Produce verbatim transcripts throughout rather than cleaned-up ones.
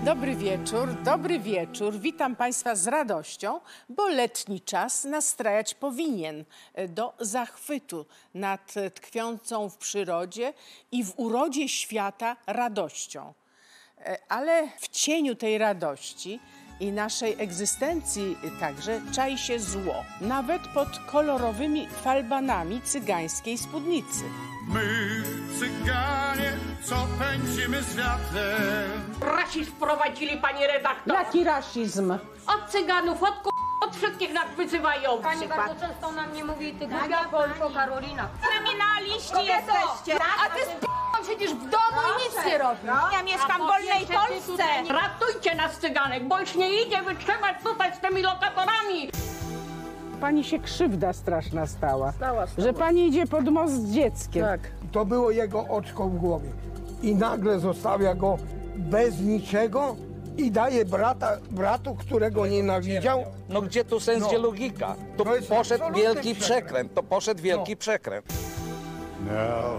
Dobry wieczór, dobry wieczór. Witam Państwa z radością, bo letni czas nastrajać powinien do zachwytu nad tkwiącą w przyrodzie i w urodzie świata radością. Ale w cieniu tej radości i naszej egzystencji także czai się zło, nawet pod kolorowymi falbanami cygańskiej spódnicy. My, cyganie, co pędzimy z wiatrem. Rasizm wprowadzili, pani redaktor. Jaki rasizm? Od cyganów, od k***, od wszystkich nas wyzywają. Pani bardzo często na mnie mówi, ty głupia Polko, Karolina. Kryminaliści jesteście, tak? A ty z p***ą siedzisz w domu i nic nie robisz. Ja mieszkam w wolnej Polsce. Ratujcie nas, cyganek, bo już nie idzie wytrzymać tutaj z tymi lokatorami. Pani się krzywda straszna stała, Stała, stała. że pani idzie pod most z dzieckiem. Tak. To było jego oczko w głowie. I nagle zostawia go bez niczego i daje brata, bratu, którego nienawidział. No gdzie tu sens, No. gdzie logika? To, To jest poszedł absolutny wielki przekręt. przekręt, to poszedł wielki No. przekręt. Now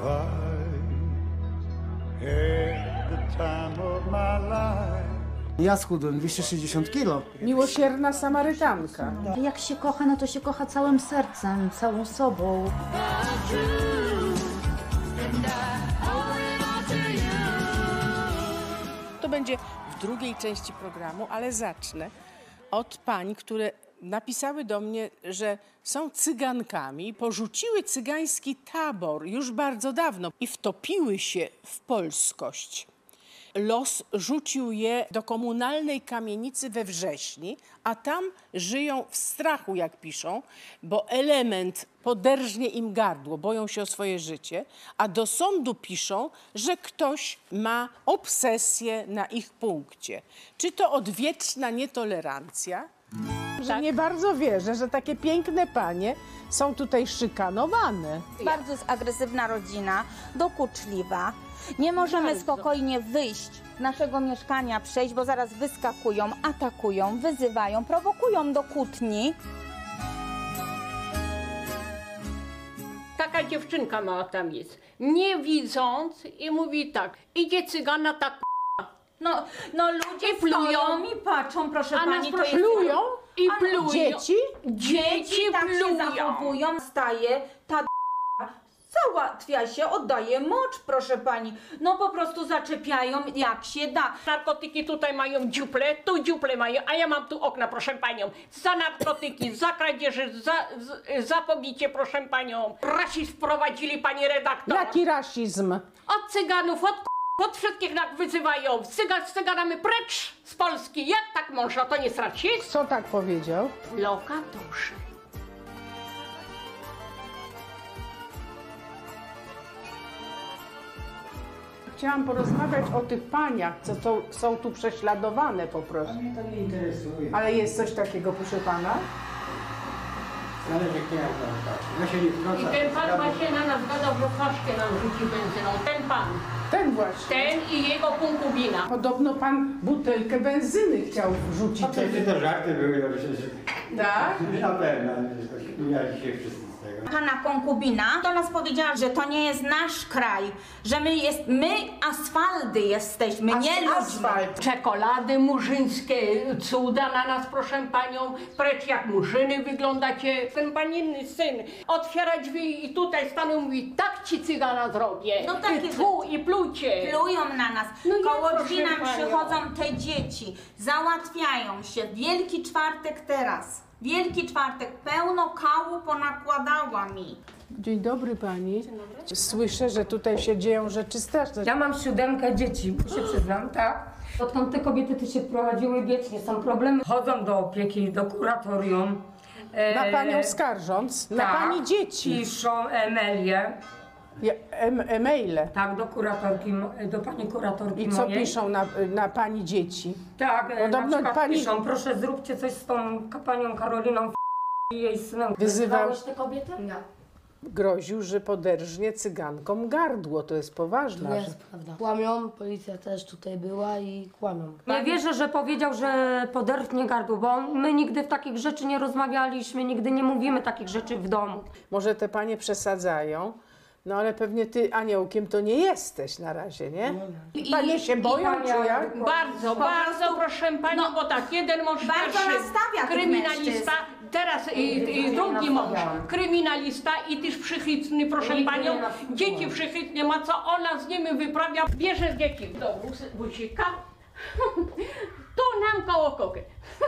I had the time of my life. Ja schudłem dwieście sześćdziesiąt kilo. Miłosierna Samarytanka. Jak się kocha, no to się kocha całym sercem, całą sobą. To będzie w drugiej części programu, ale zacznę od pań, które napisały do mnie, że są cygankami, porzuciły cygański tabor już bardzo dawno i wtopiły się w polskość. Los rzucił je do komunalnej kamienicy we Wrześni, a tam żyją w strachu, jak piszą, bo element poderżnie im gardło, boją się o swoje życie, a do sądu piszą, że ktoś ma obsesję na ich punkcie. Czy to odwieczna nietolerancja? Że nie bardzo wierzę, że takie piękne panie są tutaj szykanowane. Bardzo jest agresywna rodzina, dokuczliwa. Nie możemy spokojnie wyjść z naszego mieszkania, przejść, bo zaraz wyskakują, atakują, wyzywają, prowokują do kłótni. Taka dziewczynka mała tam jest. Nie widząc i mówi tak, idzie cygana ta k***. No, no ludzie I plują. stoją i patrzą, proszę A nas pani, to proszę, jest... Plują? I A plują. Dzieci? Dzieci tak się plują. zachowują, staje, ta d***a załatwia się, oddaje mocz, proszę pani. No po prostu zaczepiają jak się da. Narkotyki tutaj mają dziuple, tu dziuple mają, a ja mam tu okna, proszę panią. Za narkotyki, za kradzieży, za, z- za pobicie, proszę panią. Rasizm wprowadzili, pani redaktor. Jaki rasizm? Od cyganów, od k***, od wszystkich nas wyzywają. Cygan, z cyganami precz z Polski. Jak tak można? To nie jest rasizm? Co tak powiedział? Lokatorzy. Chciałam porozmawiać o tych paniach, co są, są tu prześladowane po prostu. Mnie to nie interesuje. Ale jest coś takiego, proszę pana? Zależy kto jak tam. Ja się nie I wtrącam. ten pan właśnie na nas gadał, że flaszkę nam rzuci benzyną. Ten pan. Ten właśnie. Ten i jego konkubina. Podobno pan butelkę benzyny chciał wrzucić. A przecież to żarty były, no przecież... Tak? Na pewno, ja dzisiaj wszyscy z tego. Pana konkubina do nas powiedziała, że to nie jest nasz kraj, że my jest, my asfalty jesteśmy, nie ludźmi. Asfalt. Czekolady murzyńskie, cuda na nas, proszę panią. Precz jak murzyny wyglądacie. Ten paninny syn otwiera drzwi i tutaj stanął i mówi, tak ci cygana zrobię. No takie I tu, i plucie. Plują na nas. No jak, Koło proszę drzwi nam panią? przychodzą te dzieci, załatwiają się. Wielki czwartek teraz. Wielki czwartek, pełno kału ponakładała mi. Dzień dobry pani. Słyszę, że tutaj się dzieją rzeczy straszne. Ja mam siódemkę dzieci, się przyznam, tak? Odkąd te kobiety tu się prowadziły wiecznie, są problemy. Chodzą do opieki, do kuratorium. Na E, panią skarżąc, na tak, pani dzieci. Piszą Emelię, Ja- em- E-maile. tak, do kuratorki, mo- do pani kuratorki I co mojej. piszą na, na pani dzieci? Tak, e, Podobno na przykład pani- piszą, proszę zróbcie coś z tą ka- panią Karoliną i jej synem. Wyzywał, te kobiety? Nie. groził, że poderżnie cygankom gardło. To jest poważna To rzecz. jest prawda. Kłamią, policja też tutaj była i kłamią. Nie wierzę, że powiedział, że poderwnie gardło, bo my nigdy w takich rzeczy nie rozmawialiśmy, nigdy nie mówimy takich rzeczy w domu. Może te panie przesadzają, No ale pewnie ty aniołkiem to nie jesteś na razie, nie? I panie się boją, panie, czy jak? Bardzo, Po bardzo prostu- proszę panią, no, bo tak, jeden mąż bardzo pierwszy, nastawia tych kryminalista, mężczyzn. teraz i, i drugi mąż, kryminalista i też przychytny, proszę Nigdy panią, nie nastąpiło. dzieci przychytnie ma, co ona z nimi wyprawia, bierze dzieci do wóz- wózika, to nam koło kokę.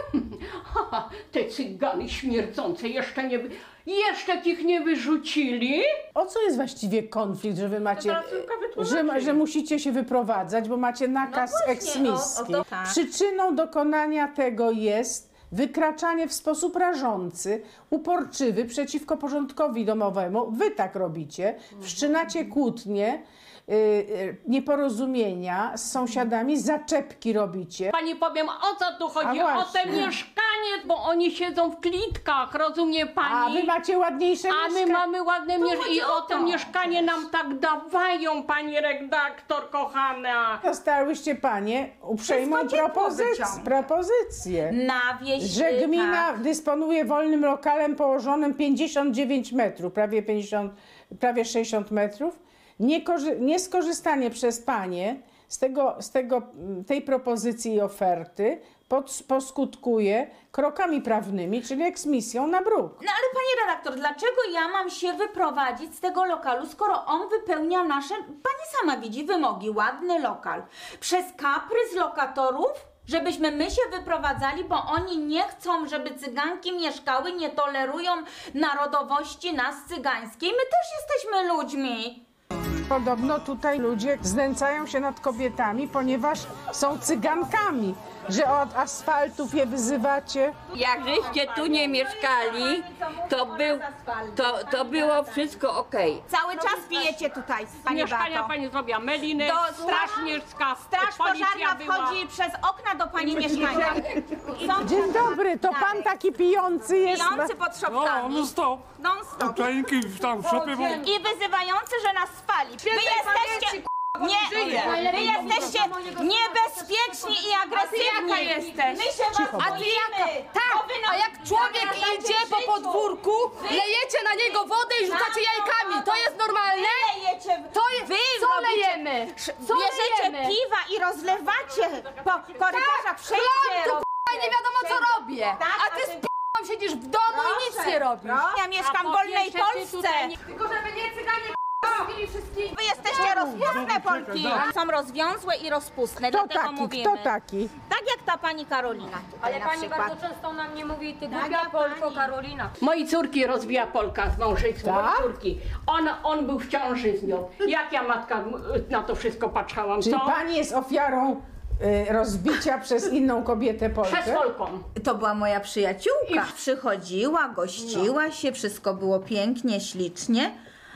Te cygany śmierdzące jeszcze nie, wy- jeszcze ich nie wyrzucili. O co jest właściwie konflikt, że wy macie, teraz tylko wytłumaczę. że, ma- że musicie się wyprowadzać, bo macie nakaz No właśnie, eksmiski. o- o to tak. Przyczyną dokonania tego jest wykraczanie w sposób rażący, uporczywy przeciwko porządkowi domowemu. Wy tak robicie, wszczynacie kłótnie, y, y, nieporozumienia z sąsiadami, zaczepki robicie. Pani powiem, o co tu chodzi? A O te właśnie. mieszkanie, bo oni siedzą w klitkach, rozumie pani? A wy macie ładniejsze A my mieszkania. mamy ładne mieszkanie chodzi i o o to to. mieszkanie nam tak dawają, pani redaktor kochana. Dostałyście panie uprzejmą Wszystko ciepło propozycję, wyciąga. propozycję. Na wieś, Że y, gmina tak. dysponuje wolnym lokalem położonym pięćdziesiąt dziewięć metrów, prawie pięćdziesiąt, prawie sześćdziesiąt metrów. Niekorzy- nieskorzystanie przez panie z, tego, z tego, tej propozycji i oferty pod, poskutkuje krokami prawnymi, czyli eksmisją na bruk. No ale pani redaktor, dlaczego ja mam się wyprowadzić z tego lokalu, skoro on wypełnia nasze, pani sama widzi, wymogi, ładny lokal. Przez kaprys lokatorów, żebyśmy my się wyprowadzali, bo oni nie chcą, żeby cyganki mieszkały, nie tolerują narodowości nas cygańskiej. My też jesteśmy ludźmi. Podobno tutaj ludzie znęcają się nad kobietami, ponieważ są cygankami, że od asfaltów je wyzywacie. Jak żeście tu nie mieszkali, to, był, to, to było wszystko okej. Cały czas pijecie tutaj, pani Mieszkania Beato. pani zrobiła meliny, Do straż miejska, Straż policja pożarna była. wchodzi przez okna do pani mieszkania. Są Dzień dobry, to pan taki pijący jest. pijący pod szopkami. No, no stop. Non stop. Ukrainki tam w szopie, bo... I wyzywający, że nas spali. Wy jesteście... Nie, wy jesteście niebezpieczni i agresywni. jaka jesteś? My się was A ty jaka? Tak, a jak człowiek idzie po podwórku, lejecie na niego wodę i rzucacie jajkami. To jest normalne? Wy lejecie... To jest... Wy Co robicie- lejemy? Co Bierzecie lejemy? piwa i rozlewacie po korytarzach Tak, wszędzie. tu rob- k***a nie wiadomo co robię. Tak, A ty z p***ą siedzisz w domu i nic nie robisz. Ja mieszkam w wolnej Polsce. Tylko żeby nie cyganie robili wszystkich. Wy jesteście rozpustne Polki. Są rozwiązłe i rozpustne, Kto dlatego taki, mówimy. kto taki? Tak jak ta pani Karolina tutaj Ale na pani przykład. bardzo często na mnie mówi, ty Tak, głupia jak Polko pani. Karolina. Mojej córki rozwija Polka z małżeństwem, Tak? mojej córki. On, on był w ciąży z nią. Jak ja matka na to wszystko patrzałam, Czyli co? pani jest ofiarą y, rozbicia przez inną kobietę Polkę? Przez Polką. To była moja przyjaciółka. I- Przychodziła, gościła się, wszystko było pięknie, ślicznie.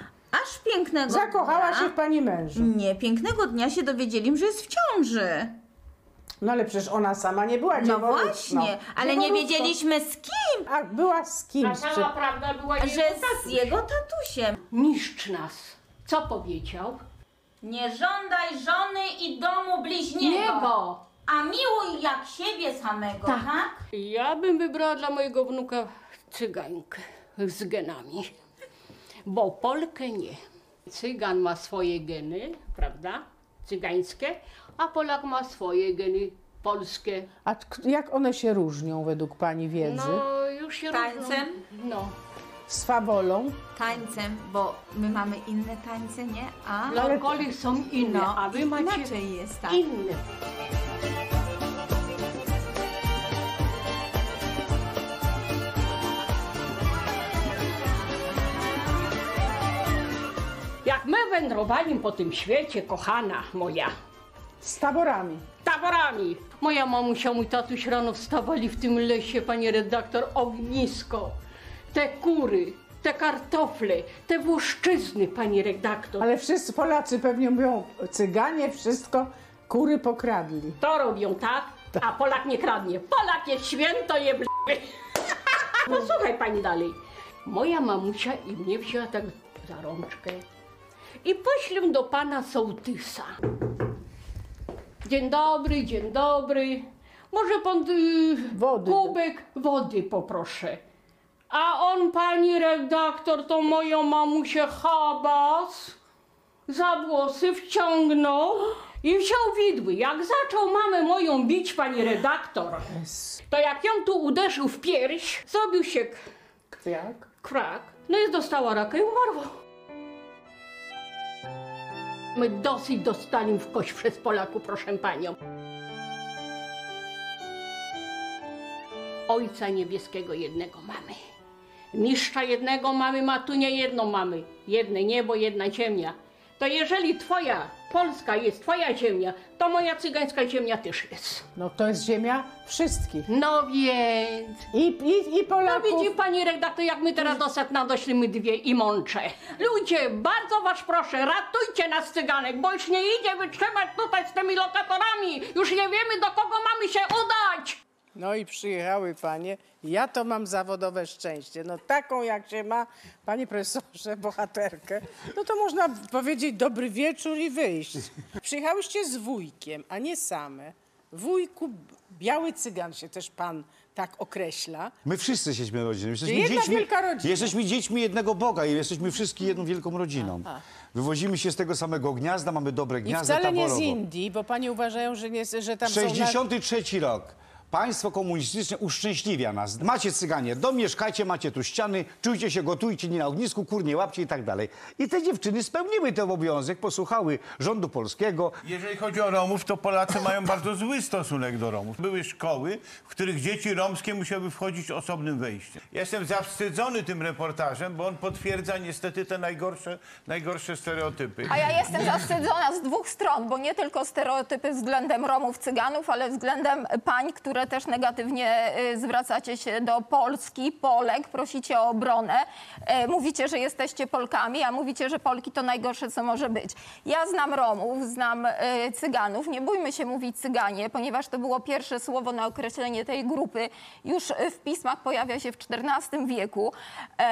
Aż pięknego Zakochała dnia... się w pani mężu. Nie, pięknego dnia się dowiedzieli, że jest w ciąży. No ale przecież ona sama nie była No dzieworódzką. właśnie, ale nie Dzieworódzką. wiedzieliśmy z kim. A była z A kimś. cała prawda była Że jego z tatuś. jego tatusiem. Niszcz nas. Co powiedział? Nie żądaj żony i domu bliźniego, Niego. a miłuj jak siebie samego, tak? tak? Ja bym wybrała dla mojego wnuka cygańkę z genami. Bo Polkę nie. Cygan ma swoje geny, prawda? Cygańskie, a Polak ma swoje geny polskie. A k- jak one się różnią według pani wiedzy? No już się Tańcem? różnią. No. Z fawolą? Tańcem, bo my mamy inne tańce, nie? A Lorkoli są inne, No, a wy macie inaczej jest, tak. inne. Jak my wędrowali po tym świecie, kochana moja, Z taborami. taborami. Moja mamusia, mój tatuś rano wstawali w tym lesie, pani redaktor, ognisko. Te kury, te kartofle, te włoszczyzny, pani redaktor. Ale wszyscy Polacy pewnie mówią, cyganie wszystko, kury pokradli. To robią, tak? A Polak nie kradnie. Polak jest święto jebl... Posłuchaj pani dalej. Moja mamusia i mnie wzięła tak za rączkę i poślę do pana sołtysa. Dzień dobry, dzień dobry. Może pan y, Wody. kubek wody poproszę. A on, pani redaktor, to moją mamusię habas za włosy wciągnął i wziął widły. Jak zaczął mamę moją bić, pani redaktor, to jak ją tu uderzył w pierś, zrobił się kwiak, krak, no i dostała raka i umarła. My dosyć dostali w kość przez Polaków, proszę panią. Ojca niebieskiego jednego mamy. Mistrza jednego mamy, Matunia jedną mamy. Jedne niebo, jedna ziemia. To jeżeli twoja Polska jest twoja ziemia, to moja cygańska ziemia też jest. No to jest ziemia wszystkich. No więc... I, i, i Polaków. No widzi pani redaktor, jak my teraz do Setna doszliśmy dwie i mącze. Ludzie, bardzo was proszę, ratujcie nas cyganek, bo już nie idzie wytrzymać tutaj z tymi lokatorami. Już nie wiemy, do kogo mamy się udać. No i przyjechały panie. Ja to mam zawodowe szczęście. No taką jak się ma, panie profesorze, bohaterkę, no to można powiedzieć dobry wieczór i wyjść. Przyjechałyście z wujkiem, a nie same. Wujku, biały cygan się też pan tak określa. My wszyscy jesteśmy rodziną. Jesteśmy Jedna dziećmi, wielka rodzina. Jesteśmy dziećmi jednego Boga i jesteśmy wszyscy jedną wielką rodziną. Aha. Wywozimy się z tego samego gniazda, mamy dobre I gniazda wcale nie taborowo. z Indii, bo panie uważają, że, nie, że tam sześćdziesiąty trzeci rok. Państwo komunistyczne uszczęśliwia nas. Macie cyganie, dom mieszkajcie, macie tu ściany, czujcie się, gotujcie, nie na ognisku, kur nie łapcie i tak dalej. I te dziewczyny spełniły ten obowiązek, posłuchały rządu polskiego. Jeżeli chodzi o Romów, to Polacy mają bardzo zły stosunek do Romów. Były szkoły, w których dzieci romskie musiały wchodzić osobnym wejściem. Ja jestem zawstydzony tym reportażem, bo on potwierdza niestety te najgorsze, najgorsze stereotypy. A ja jestem zawstydzona z dwóch stron, bo nie tylko stereotypy względem Romów, Cyganów, ale względem pań, które też negatywnie y, zwracacie się do Polski, Polek, prosicie o obronę. Y, mówicie, że jesteście Polkami, a mówicie, że Polki to najgorsze, co może być. Ja znam Romów, znam y, Cyganów. Nie bójmy się mówić Cyganie, ponieważ to było pierwsze słowo na określenie tej grupy. Już y, w pismach pojawia się w czternastym wieku. Y,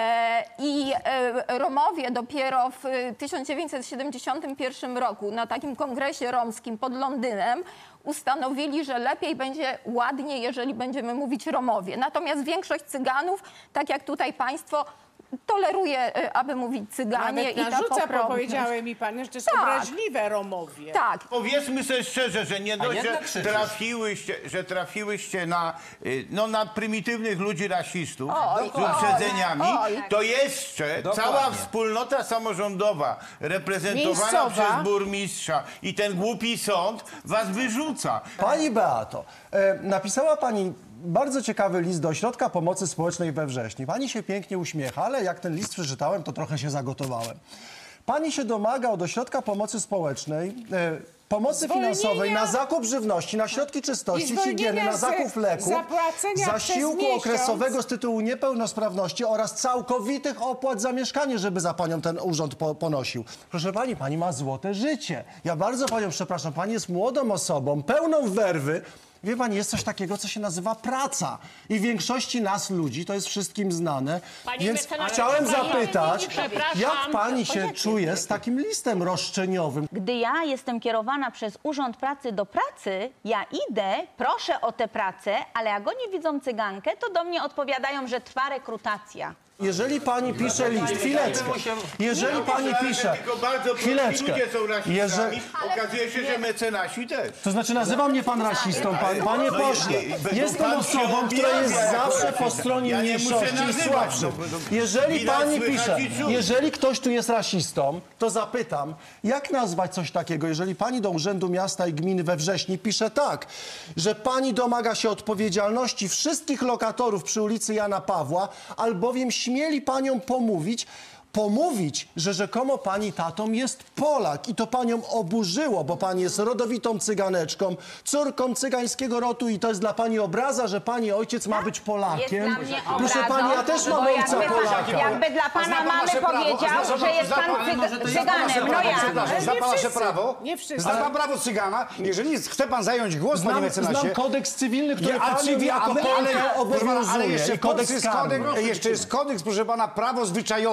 I y, Romowie dopiero w tysiąc dziewięćset siedemdziesiątym pierwszym roku na takim kongresie romskim pod Londynem ustanowili, że lepiej będzie ładnie, jeżeli będziemy mówić Romowie. Natomiast większość Cyganów, tak jak tutaj państwo, toleruje, aby mówić Cyganie. Nawet i ta narzuca, bo poprawność. powiedziały mi panie, że to jest Tak. obraźliwe Romowie. Tak. Powiedzmy sobie szczerze, że nie dość, że jednak krzyczysz. trafiłyście, że trafiłyście na, y, no, na prymitywnych ludzi rasistów Oj, z uprzedzeniami, oj. to jeszcze Dokładnie. cała wspólnota samorządowa reprezentowana Miejscowa. przez burmistrza i ten głupi sąd was wyrzuca. Pani Beato, e, napisała pani bardzo ciekawy list do Ośrodka Pomocy Społecznej we wrześniu. Pani się pięknie uśmiecha, ale jak ten list przeczytałem, to trochę się zagotowałem. Pani się domaga od Ośrodka Pomocy Społecznej e, pomocy Zwolnienia. finansowej na zakup żywności, na środki I czystości, zwolnienia higieny, na z zakup leków, zapłacenia przez zasiłku miesiąc. okresowego z tytułu niepełnosprawności oraz całkowitych opłat za mieszkanie, żeby za panią ten urząd po, ponosił. Proszę pani, pani ma złote życie. Ja bardzo panią przepraszam, pani jest młodą osobą, pełną werwy. Wie pani, jest coś takiego, co się nazywa praca. I w większości nas, ludzi, to jest wszystkim znane. Pani Więc mecenasie, chciałem pani- zapytać, Przepraszam. jak pani się czuje z takim listem roszczeniowym? Gdy ja jestem kierowana przez Urząd Pracy do pracy, ja idę, proszę o tę pracę, ale jak oni widzą cygankę, to do mnie odpowiadają, że trwa rekrutacja. Jeżeli pani pisze list, chwileczkę, jeżeli pani pisze, Tylko bardzo chwileczkę, ludzie są rasistami, jeżeli, okazuje się, że mecenasi też. to znaczy nazywa mnie pan rasistą, pan, panie No pośle, nie, nie, bo jestem pan się osobą, która jest objawia jako zawsze po rasista. stronie Ja nie muszę mniejszości i nazywać, słabszych. no, bo- Jeżeli widać, pani słychać pisze, i czuć. jeżeli ktoś tu jest rasistą, to zapytam, jak nazwać coś takiego, jeżeli pani do Urzędu Miasta i Gminy we wrześniu pisze tak, że pani domaga się odpowiedzialności wszystkich lokatorów przy ulicy Jana Pawła, albowiem śmieli panią pomówić, pomówić, że rzekomo pani tatą jest Polak i to panią oburzyło, bo pani jest rodowitą cyganeczką, córką cygańskiego rodu i to jest dla pani obraza, że pani ojciec ma być Polakiem. Jest dla mnie Proszę obrazą, pani, ja też mam bo ojca jakby, Polaka. jakby dla pana mamy powiedział, że jest pan cyg- cyganem, no ja. Zna pan nasze prawo? Nie wszyscy. Zna pan prawo cygana? Jeżeli chce pan zająć głos, panie Znam, mecenasie... znam kodeks cywilny, który Nie, a panią cywil- jako a my- Polkę ale- proszę pana, obowiązuje ale jeszcze i w Polsce kodeks jest kodeks, karny. jeszcze jest kodeks, proszę pana, prawo zwyczajowe,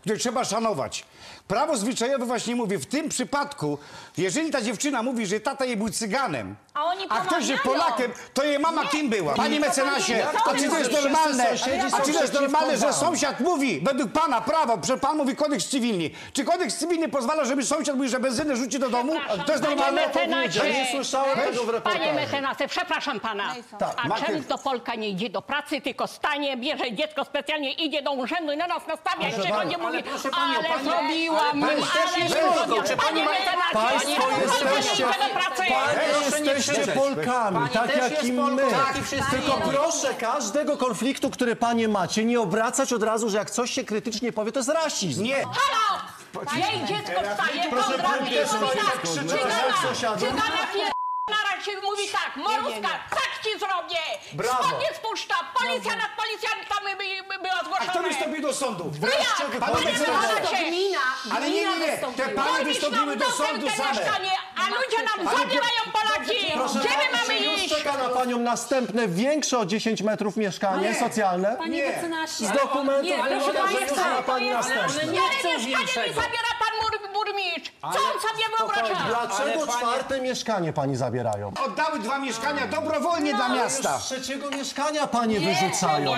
które trzeba szanować. Prawo zwyczajowe właśnie mówi, w tym przypadku, jeżeli ta dziewczyna mówi, że tata jej był cyganem, A oni a ktoś jest pomagają. Polakiem, to jej mama kim była? Panie mecenasie, Jak to a czy to jest wszyscy normalne, sąsiedzi są a czy to jest normalne, że przeciwko wam? sąsiad mówi, według pana prawo, że pan mówi kodeks cywilny. Czy kodeks cywilny pozwala, żeby sąsiad mówił, że benzynę rzuci do domu? To jest Panie normalne? mecenasie, Ja nie słyszałem tego w reportażu. Panie mecenasie, przepraszam pana, Tak, a macie- często Polka nie idzie do pracy, tylko stanie, bierze dziecko specjalnie, idzie do urzędu i na nas nastawia i Ale przychodzi pani- i mówi, ale proszę panią, ale pani- zrobiłam, ale ale pani też jest zrobiłam. Polką. Czy pani Panie ma- mecenasie, Państwo pani jesteście, nie do pracy. państwo jesteście Polkami, Pani tak też jak jest i Polką, my. tak i wszyscy Tylko inni. proszę każdego konfliktu, który panie macie, nie obracać od razu, że jak coś się krytycznie powie, to jest rasizm. Nie. Halo! Jej dziecko wstaje, Proszę Konrad pani, jest proszę tak, pani, Cygana, jak sąsiadom. Cygana pier... Naraz się mówi tak, Moruska, tak ci zrobię! Brawo. Spodnie spuszcza, policja nad policjantami by, by była A zgłoszona. kto wystąpił do sądu? Wreszcie ja, Panie panie mecenasie. mecenasie. Gmina, Ale nie, nie, nie, te panie wystąpiły do sądu te same. mieszkanie, a ludzie nam zabierają Polaki! Proszę Gdzie my pani, mamy czy już iść? czeka na panią następne, większe o dziesięć metrów mieszkanie Nie. socjalne? Panie mecenasie. Z dokumentów Nie, wynika, proszę że już państwa, ma pani następne. nie chcą Mieszkanie mi większego. zabiera pan mur, burmistrz! Co on sobie wyobraża? Dlaczego Ale panie- czwarte mieszkanie pani zabierają? Oddały dwa mieszkania dobrowolnie dla miasta. Już z trzeciego mieszkania panie wyrzucają.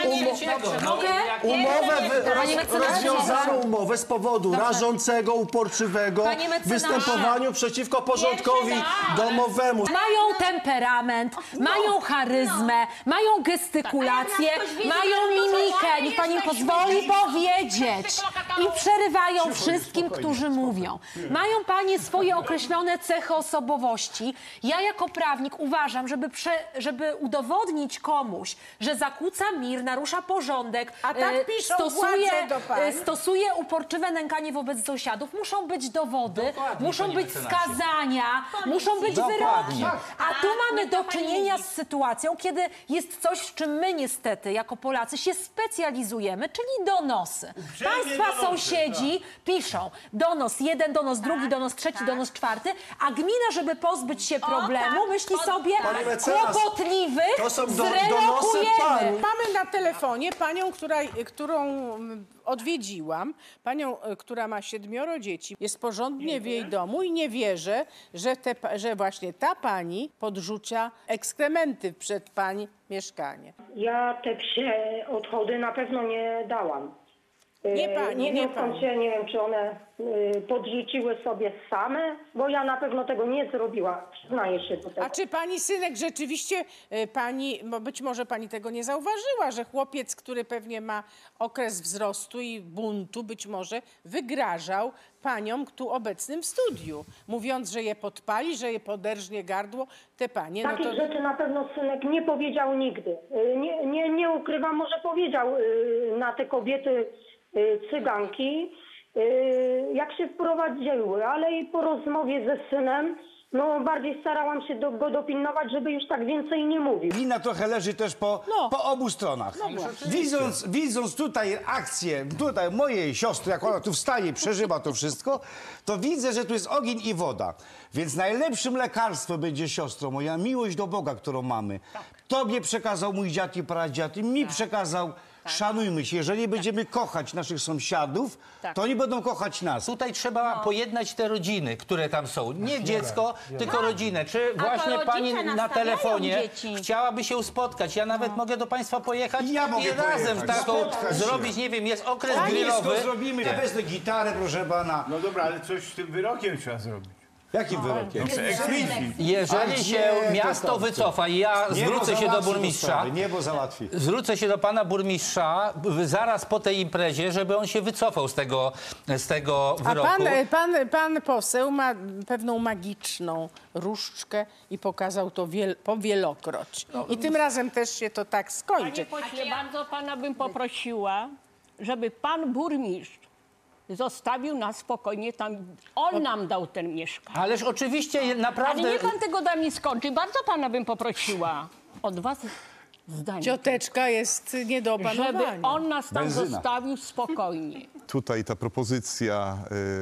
Umo- Mogę? Umowę, wy, Panie roz, mecenasie. rozwiązaną umowę z powodu rażącego, uporczywego Panie mecenasie. występowaniu przeciwko porządkowi domowemu. Mają temperament, mają charyzmę, mają gestykulację, mają mimikę. Niech pani pozwoli powiedzieć. I przerywają wszystkim, którzy mówią. Mają panie swoje określone cechy osobowości. Ja jako prawnik uważam, żeby, prze, żeby udowodnić komuś, że zakłóca mir, narusza porządek, A tak e, piszą stosuje, władze do pań. e, stosuje uporczywe nękanie wobec sąsiadów, muszą być dowody, Dokładnie, muszą panie być mecenasie. skazania, muszą być Dokładnie. wyroki. A tu mamy do czynienia z sytuacją, kiedy jest coś, w czym my niestety jako Polacy się specjalizujemy, czyli donosy. Państwa donosy, sąsiedzi piszą donos jeden, donos drugi, donos trzeci, donos czwarty, a gmina, żeby pozbyć się problemu, myśli sobie Panie mecenas, kłopotliwych to są do- zrelokujemy. donosy pań. Mamy na telefonie panią, która, którą mm, odwiedziłam, panią, y, która ma siedmioro dzieci. Jest porządnie w jej domu i nie wierzę, że, te, pa- że właśnie ta pani podrzucia ekskrementy przed pani mieszkanie. Ja te psie odchody na pewno nie dałam. Nie E, pani, nie nie wiem skąd pani. się, nie wiem czy one e, podrzuciły sobie same, bo ja na pewno tego nie zrobiła, przyznaję się do tego. A czy pani synek rzeczywiście, y, pani, bo być może pani tego nie zauważyła, że chłopiec, który pewnie ma okres wzrostu i buntu, być może wygrażał paniom tu obecnym w studiu, mówiąc, że je podpali, że je poderżnie gardło, te panie, no Takich to... rzeczy na pewno synek nie powiedział nigdy. E, Nie, nie, nie ukrywam, może powiedział e, na te kobiety e, cyganki, e, jak się wprowadziły, ale i po rozmowie ze synem, no bardziej starałam się do, go dopilnować, żeby już tak więcej nie mówił. Wina trochę leży też po, No. po obu stronach. widząc, widząc tutaj akcję, tutaj mojej siostry, jak ona tu wstaje i przeżywa to wszystko, to widzę, że tu jest ogień i woda. Więc najlepszym lekarstwem będzie, siostro moja, miłość do Boga, którą mamy. Tobie przekazał mój dziad i pradziad, i mi przekazał. Szanujmy się. Jeżeli będziemy kochać naszych sąsiadów, to oni będą kochać nas. Tutaj trzeba pojednać te rodziny, które tam są. Nie dziecko, tylko rodzinę. Czy A to właśnie rodzice pani na nastawiają telefonie dzieci. chciałaby się spotkać? Ja nawet mogę do państwa pojechać Ja mogę i razem pojechać, taką spotkać się. zrobić, nie wiem, jest okres Tak, grillowy. wszystko zrobimy. Ja wezmę gitarę, proszę pana. No dobra, ale coś z tym wyrokiem trzeba zrobić. Jakim wyrokiem? Eksmisji. Jeżeli A się gdzie miasto to- wycofa i ja Niebo zwrócę się do załatwi burmistrza, sprawy, Niebo załatwi. zwrócę się do pana burmistrza w- zaraz po tej imprezie, żeby on się wycofał z tego, z tego A wyroku. pan, pan, pan poseł ma pewną magiczną różdżkę i pokazał to wiel, powielokroć. I tym razem też się to tak skończy. Panie pośle, bardzo pana bym poprosiła, żeby pan burmistrz zostawił nas spokojnie tam. On nam dał ten mieszkanie. Ależ oczywiście naprawdę... Ale nie pan tego da mi skończy. Bardzo pana bym poprosiła od was zdanie. Cioteczka jest nie do Żeby opanowania. on nas tam Benzyna. zostawił spokojnie. Tutaj ta propozycja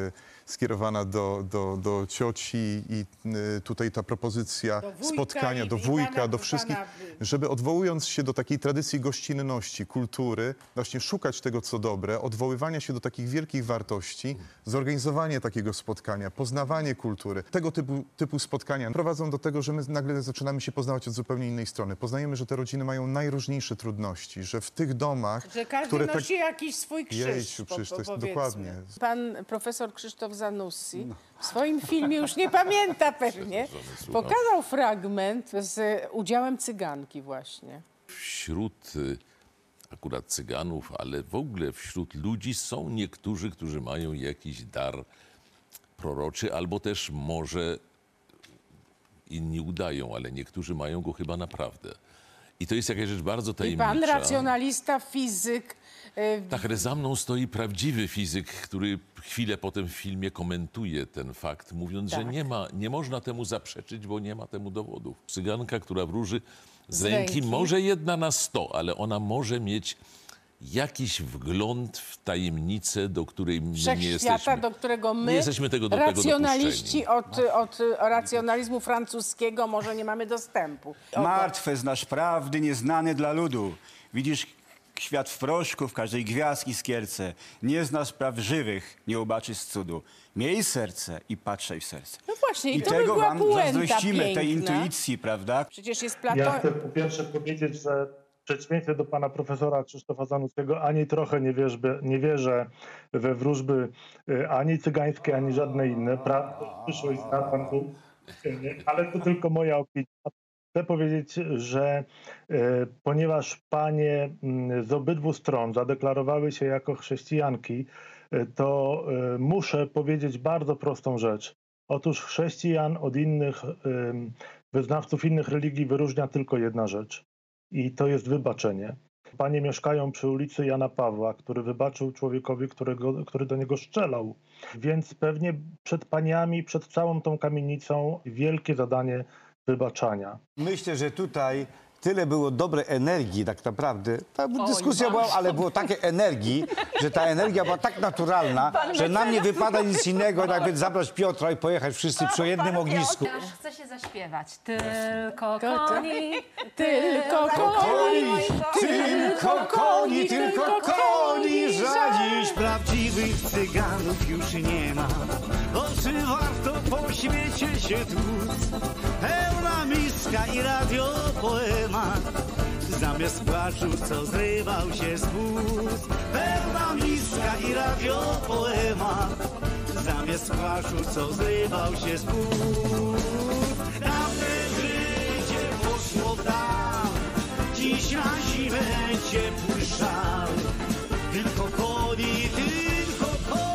skierowana do, do, do cioci i y, tutaj ta propozycja Do wujka spotkania, i- do i wujka, pana- do wszystkich, pana- żeby odwołując się do takiej tradycji gościnności, kultury, właśnie szukać tego, co dobre, odwoływania się do takich wielkich wartości, zorganizowanie takiego spotkania, poznawanie kultury, tego typu, typu spotkania prowadzą do tego, że my nagle zaczynamy się poznawać od zupełnie innej strony. Poznajemy, że te rodziny mają najróżniejsze trudności, że w tych domach, Że każdy które nosi tak... jakiś swój krzyż. Jejciu, po- przecież to jest powiedzmy. dokładnie. Pan profesor Krzysztof Zanussi w swoim filmie, już nie pamięta pewnie, pokazał fragment z udziałem cyganki właśnie. Wśród y, akurat cyganów, ale w ogóle wśród ludzi są niektórzy, którzy mają jakiś dar proroczy, albo też może inni udają, ale niektórzy mają go chyba naprawdę. I to jest jakaś rzecz bardzo I tajemnicza. pan racjonalista, fizyk. y, Tak, ale za mną stoi prawdziwy fizyk, który chwilę potem w filmie komentuje ten fakt, mówiąc, Tak. że nie ma, nie można temu zaprzeczyć, bo nie ma temu dowodów. Cyganka, która wróży z, Z ręki, ręki. może jedna na sto, ale ona może mieć jakiś wgląd w tajemnicę, do której my nie Wszechświata, jesteśmy. do którego my, nie jesteśmy tego, do tego racjonaliści dopuszczeni. od, od racjonalizmu francuskiego, może nie mamy dostępu. Oto. Martwe znasz prawdy nieznane dla ludu. Widzisz świat w proszku, w każdej gwiazd iskierce. Nie znasz praw żywych, nie obaczysz cudu. Miej serce i patrzaj w serce. No właśnie, i, I to by tego była wam puenta zazdrościmy, tej piękna. intuicji, prawda? Przecież jest Ja Platon... chcę po pierwsze powiedzieć, że w przeciwieństwie do pana profesora Krzysztofa Zanuskiego ani trochę nie, wierzby, nie wierzę we wróżby y, ani cygańskie, ani żadne inne. Pra, przyszłość zna pan Bóg, y, ale to tylko moja opinia. Chcę powiedzieć, że y, ponieważ panie y, z obydwu stron zadeklarowały się jako chrześcijanki, y, to y, muszę powiedzieć bardzo prostą rzecz. Otóż chrześcijan od innych y, wyznawców innych religii wyróżnia tylko jedna rzecz. I to jest wybaczenie. Panie mieszkają przy ulicy Jana Pawła, który wybaczył człowiekowi, którego, który do niego strzelał. Więc pewnie przed paniami, przed całą tą kamienicą wielkie zadanie wybaczania. Myślę, że tutaj tyle było dobrej energii tak naprawdę. Ta dyskusja była, ale było takiej energii, że ta energia była tak naturalna, że nam nie wypada nic innego, jakby zabrać Piotra i pojechać wszyscy przy jednym ognisku. Ja już chcę się zaśpiewać. Tylko koni, Tylko koni, tylko koni, tylko koni, Dziś prawdziwych cyganów już nie ma. Bo czy warto po świecie się tłuc? Pełna miska i radiopoemat. Zamiast płaczu, co zrywał się z płuc. Pełna miska i radiopoemat. Zamiast płaczu, co zrywał się z płuc. Dawne życie poszło w dal. Dziś na zimę ciepły szal. Tylko koni, tylko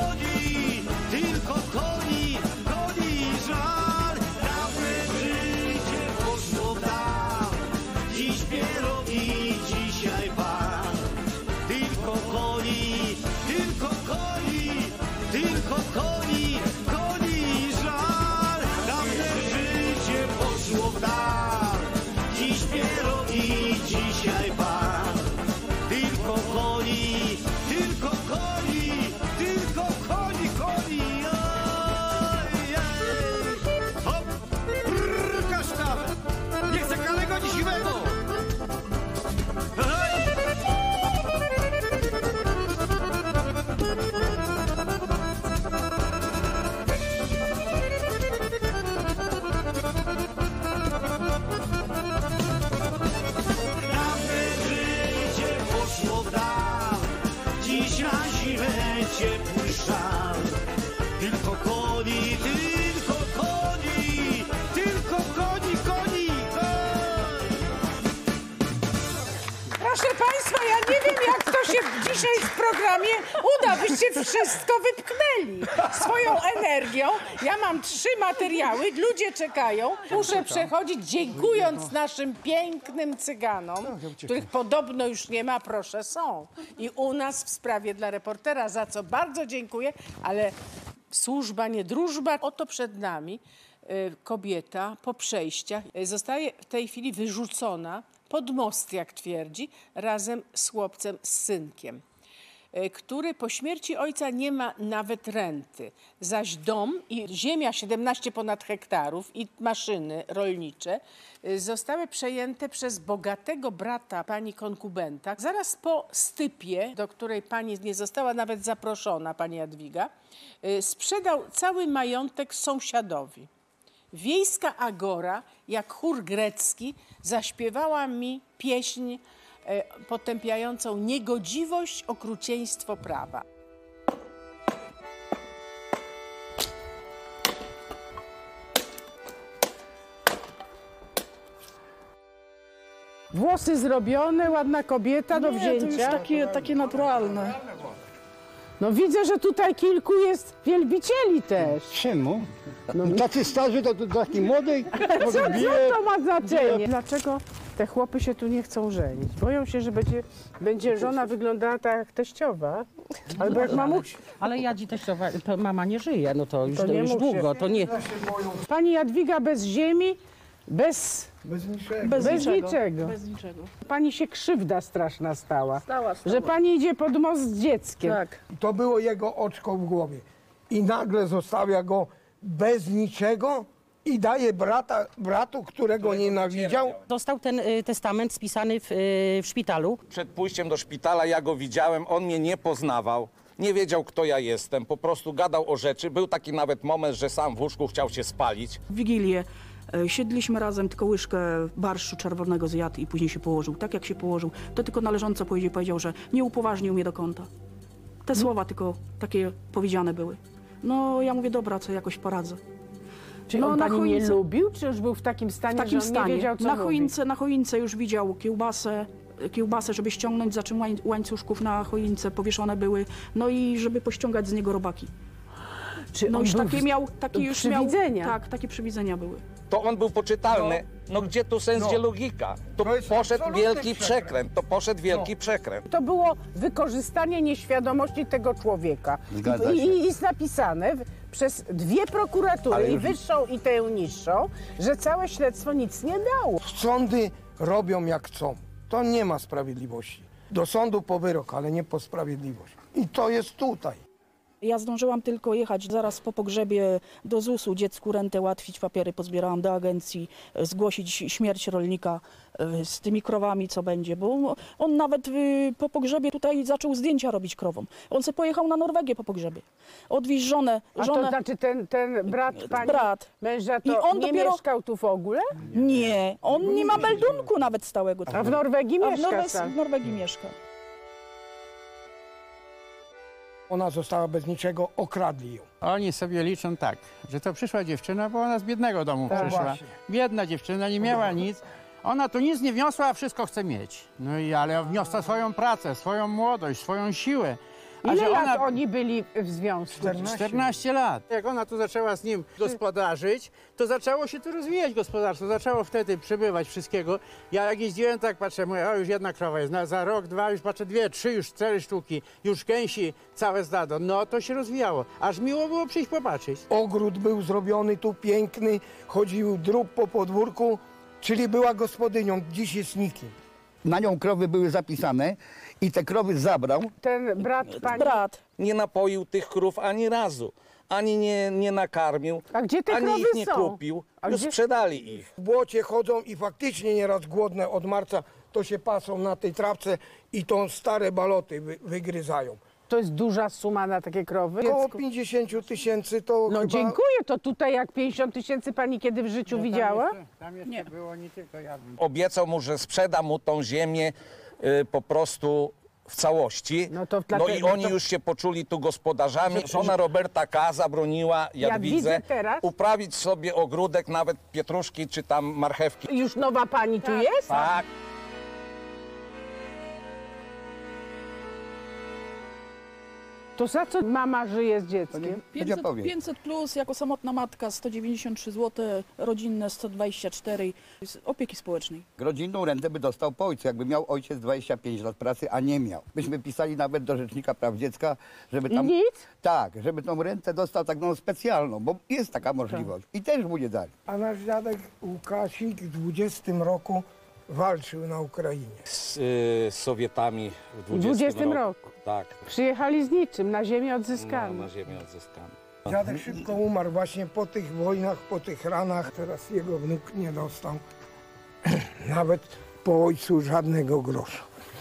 koni, tylko koni, koni żal. Dawne życie poszło w dal. Dziś pierogi, dzisiaj pan. Tylko koni, tylko koni, tylko koni, koni żal. Dawne życie poszło w dal. Dziś pierogi, dzisiaj pan. Tylko koni, tylko koni, tylko koni, koni. Oj, oj. Hop, brrr, kasztawę. Nie chcę kalego dzisiwego. Dawne życie poszło w dal. Dziś na zimę ciepły szal. Tylko koni, tylko koni, tylko koni, koni, koni. Proszę Państwa, ja nie wiem, jak to się dzisiaj w programie uda. Wyście wszystko wypchnęli swoją energią. Ja mam trzy materiały, ludzie czekają. Muszę przechodzić, dziękując naszym pięknym cyganom, których podobno już nie ma, proszę, są. I u nas w sprawie dla reportera, za co bardzo dziękuję, ale służba, nie drużba. Oto przed nami y, kobieta po przejściach y, zostaje w tej chwili wyrzucona pod most, jak twierdzi, razem z chłopcem, z synkiem. który po śmierci ojca nie ma nawet renty. Zaś dom i ziemia siedemnaście ponad hektarów i maszyny rolnicze zostały przejęte przez bogatego brata pani konkubenta. Zaraz po stypie, do której pani nie została nawet zaproszona, pani Jadwiga, sprzedał cały majątek sąsiadowi. Wiejska Agora, jak chór grecki, zaśpiewała mi pieśń e, potępiającą niegodziwość, okrucieństwo prawa. Włosy zrobione, ładna kobieta do Nie, wzięcia. to już takie, takie naturalne. No widzę, że tutaj kilku jest wielbicieli też. Czemu? No, tacy starzy do, do takiej młodej? Co, co to ma znaczenie? Dlaczego te chłopy się tu nie chcą żenić? Boją się, że będzie, będzie żona wyglądała tak jak teściowa, albo jak mamuś. Ale Jadzi teściowa, to mama nie żyje, no to już, To to nie już mów się. długo, to nie... Pani Jadwiga bez ziemi, bez, Bez niczego. bez, niczego. niczego. Bez niczego. Pani się krzywda straszna stała, Stała, stała. że pani idzie pod most z dzieckiem. Tak. To było jego oczko w głowie. I nagle zostawia go bez niczego i daje brata, bratu, którego nienawidział. Dostał ten y, testament spisany w, y, w szpitalu. Przed pójściem do szpitala ja go widziałem, on mnie nie poznawał. Nie wiedział, kto ja jestem, po prostu gadał o rzeczy. Był taki nawet moment, że sam w łóżku chciał się spalić. W Wigilię e, siedliśmy razem, tylko łyżkę barszczu czerwonego zjadł i później się położył. Tak jak się położył, to tylko należąco powiedział, powiedział, że nie upoważnił mnie do kąta. Te słowa tylko takie powiedziane były. No ja mówię, dobra, co jakoś poradzę. Czy no, on na pani nie choince- lubił, czy już był w takim stanie, W takim że on stanie. nie wiedział, co na, mówi? choince, na choince już widział kiełbasę, kiełbasę, żeby ściągnąć, za czym łań- łańcuszków na choince powieszone były, no i żeby pościągać z niego robaki. Czy no on już był takie w- miał, takie już miał, przywidzenia? tak, takie przywidzenia były. To on był poczytalny. No gdzie tu sens, No. gdzie logika? To, poszedł wielki przekręt. To poszedł wielki przekręt. To było wykorzystanie nieświadomości tego człowieka. Zgadza I, się. I jest napisane w, przez dwie prokuratury, Ale i już- wyższą, i tę niższą, że całe śledztwo nic nie dało. Sądy robią jak chcą. To nie ma sprawiedliwości. Do sądu po wyrok, ale nie po sprawiedliwość. I to jest tutaj. Ja zdążyłam tylko jechać zaraz po pogrzebie do zusu, dziecku rentę ułatwić, papiery pozbierałam do agencji, e, zgłosić śmierć rolnika e, z tymi krowami, co będzie, bo on nawet y, po pogrzebie tutaj zaczął zdjęcia robić krowom. On se pojechał na Norwegię po pogrzebie. Odwieźć żonę. A żonę to znaczy ten, ten brat pani Brat. męża to I on nie dopiero- mieszkał tu w ogóle? Nie, on nie ma meldunku nawet stałego. A w Norwegii A w mieszka Norwes- sam. w Norwegii mieszka. Ona została bez niczego, okradli ją. Oni sobie liczą tak, że to przyszła dziewczyna, bo ona z biednego domu Tak, przyszła. właśnie. Biedna dziewczyna, nie miała nic. Ona tu nic nie wniosła, a wszystko chce mieć. No i ale wniosła swoją pracę, swoją młodość, swoją siłę. A Ile że lat ona... oni byli w związku? czternaście lat. Jak ona tu zaczęła z nim gospodarzyć, to zaczęło się tu rozwijać gospodarstwo. Zaczęło wtedy przybywać wszystkiego. Ja jak jeździłem, tak patrzę, mówię, o już jedna krowa jest. Na, za rok, dwa, już patrzę, dwie, trzy, już cztery sztuki. Już gęsi, całe stado. No to się rozwijało. Aż miło było przyjść popatrzeć. Ogród był zrobiony tu piękny, chodził drób po podwórku, czyli była gospodynią, dziś jest nikim. Na nią krowy były zapisane i te krowy zabrał. Ten brat pani... Brat. Nie napoił tych krów ani razu. Ani nie, nie nakarmił, A gdzie te ani krowy ich nie są? kupił. A No gdzie- sprzedali ich. W błocie chodzą i faktycznie nieraz głodne od marca to się pasą na tej trawce i tą stare baloty wy, wygryzają. To jest duża suma na takie krowy? Około pięćdziesiąt tysięcy to No chyba... dziękuję, to tutaj jak pięćdziesiąt tysięcy pani kiedy w życiu widziała? Tam jeszcze było nie tylko ja. Obiecał mu, że sprzeda mu tą ziemię y, po prostu w całości. No, to No dlatego- i oni to- już się poczuli tu gospodarzami. Żona Roberta K. zabroniła Jadwidze Jadwidze teraz? uprawić sobie ogródek, nawet pietruszki czy tam marchewki. Już nowa pani tu jest? Tak. To za co mama żyje z dzieckiem? pięćset, pięćset plus, jako samotna matka sto dziewięćdziesiąt trzy złote, rodzinne sto dwadzieścia cztery z opieki społecznej. Rodzinną rentę by dostał po ojcu, jakby miał ojciec dwadzieścia pięć lat pracy, a nie miał. Myśmy pisali nawet do Rzecznika Praw Dziecka, żeby tam... I nic? Tak, żeby tą rentę dostał taką specjalną, bo jest taka możliwość. I też mu nie dali. A nasz dziadek Łukasik w dwudziestym roku walczył na Ukrainie. Z y, Sowietami w W dwudziestym roku. Tak. Przyjechali z niczym, na ziemię odzyskano. No, na ziemię odzyskano. Dziadek szybko umarł właśnie po tych wojnach, po tych ranach. Teraz jego wnuk nie dostał nawet po ojcu żadnego grosza.